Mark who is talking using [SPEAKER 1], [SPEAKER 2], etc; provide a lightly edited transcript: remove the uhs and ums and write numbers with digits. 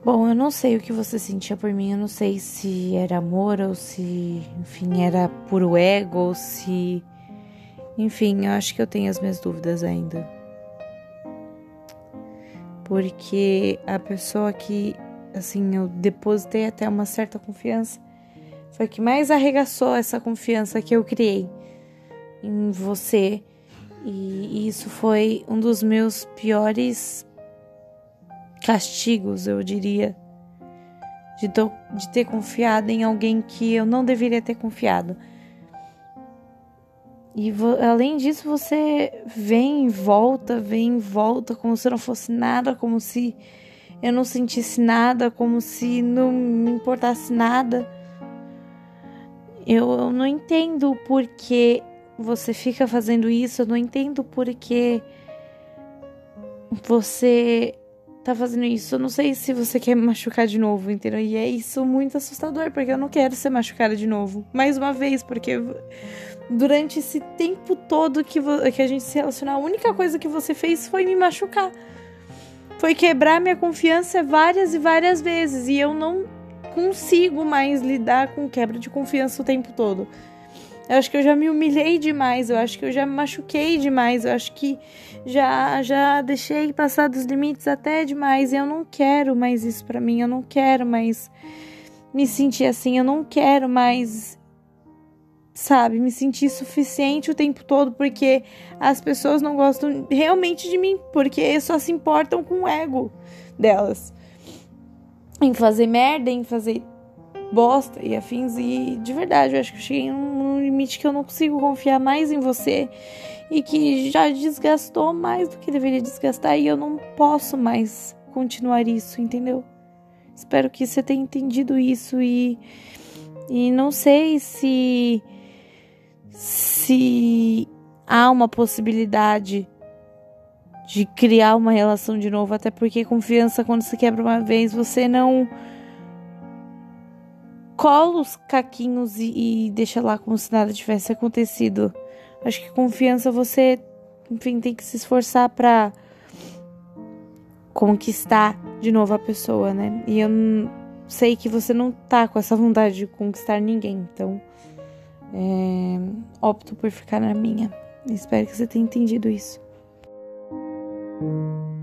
[SPEAKER 1] Bom, eu não sei o que você sentia por mim, eu não sei se era amor ou se, enfim, era puro ego ou se... Enfim, eu acho que eu tenho as minhas dúvidas ainda. Porque a pessoa que, assim, eu depositei até uma certa confiança foi a que mais arregaçou essa confiança que eu criei em você. E isso foi um dos meus piores castigos, eu diria, de ter confiado em alguém que eu não deveria ter confiado. E além disso, você vem e volta, como se não fosse nada, como se eu não sentisse nada, como se não me importasse nada. Eu não entendo o porquê você fica fazendo isso, eu não entendo o porquê você tá fazendo isso. Eu não sei se você quer me machucar de novo, entendeu? E é isso muito assustador, porque eu não quero ser machucada de novo. Mais uma vez, porque durante esse tempo todo que a gente se relacionou, a única coisa que você fez foi me machucar. Foi quebrar minha confiança várias e várias vezes. E eu não consigo mais lidar com quebra de confiança o tempo todo. Eu acho que eu já me humilhei demais, eu acho que eu já me machuquei demais, eu acho que já deixei passar dos limites até demais. E eu não quero mais isso pra mim, eu não quero mais me sentir assim, eu não quero mais, sabe, me sentir suficiente o tempo todo, porque as pessoas não gostam realmente de mim, porque só se importam com o ego delas, em fazer merda, em fazer bosta e afins. E de verdade, eu acho que eu cheguei num limite que eu não consigo confiar mais em você e que já desgastou mais do que deveria desgastar, e eu não posso mais continuar isso, entendeu? Espero que você tenha entendido isso. E não sei se há uma possibilidade de criar uma relação de novo, até porque confiança, quando se quebra uma vez, você não cola os caquinhos e deixa lá como se nada tivesse acontecido. Acho que confiança você, enfim, tem que se esforçar pra conquistar de novo a pessoa, né? E eu sei que você não tá com essa vontade de conquistar ninguém, então opto por ficar na minha. Espero que você tenha entendido isso.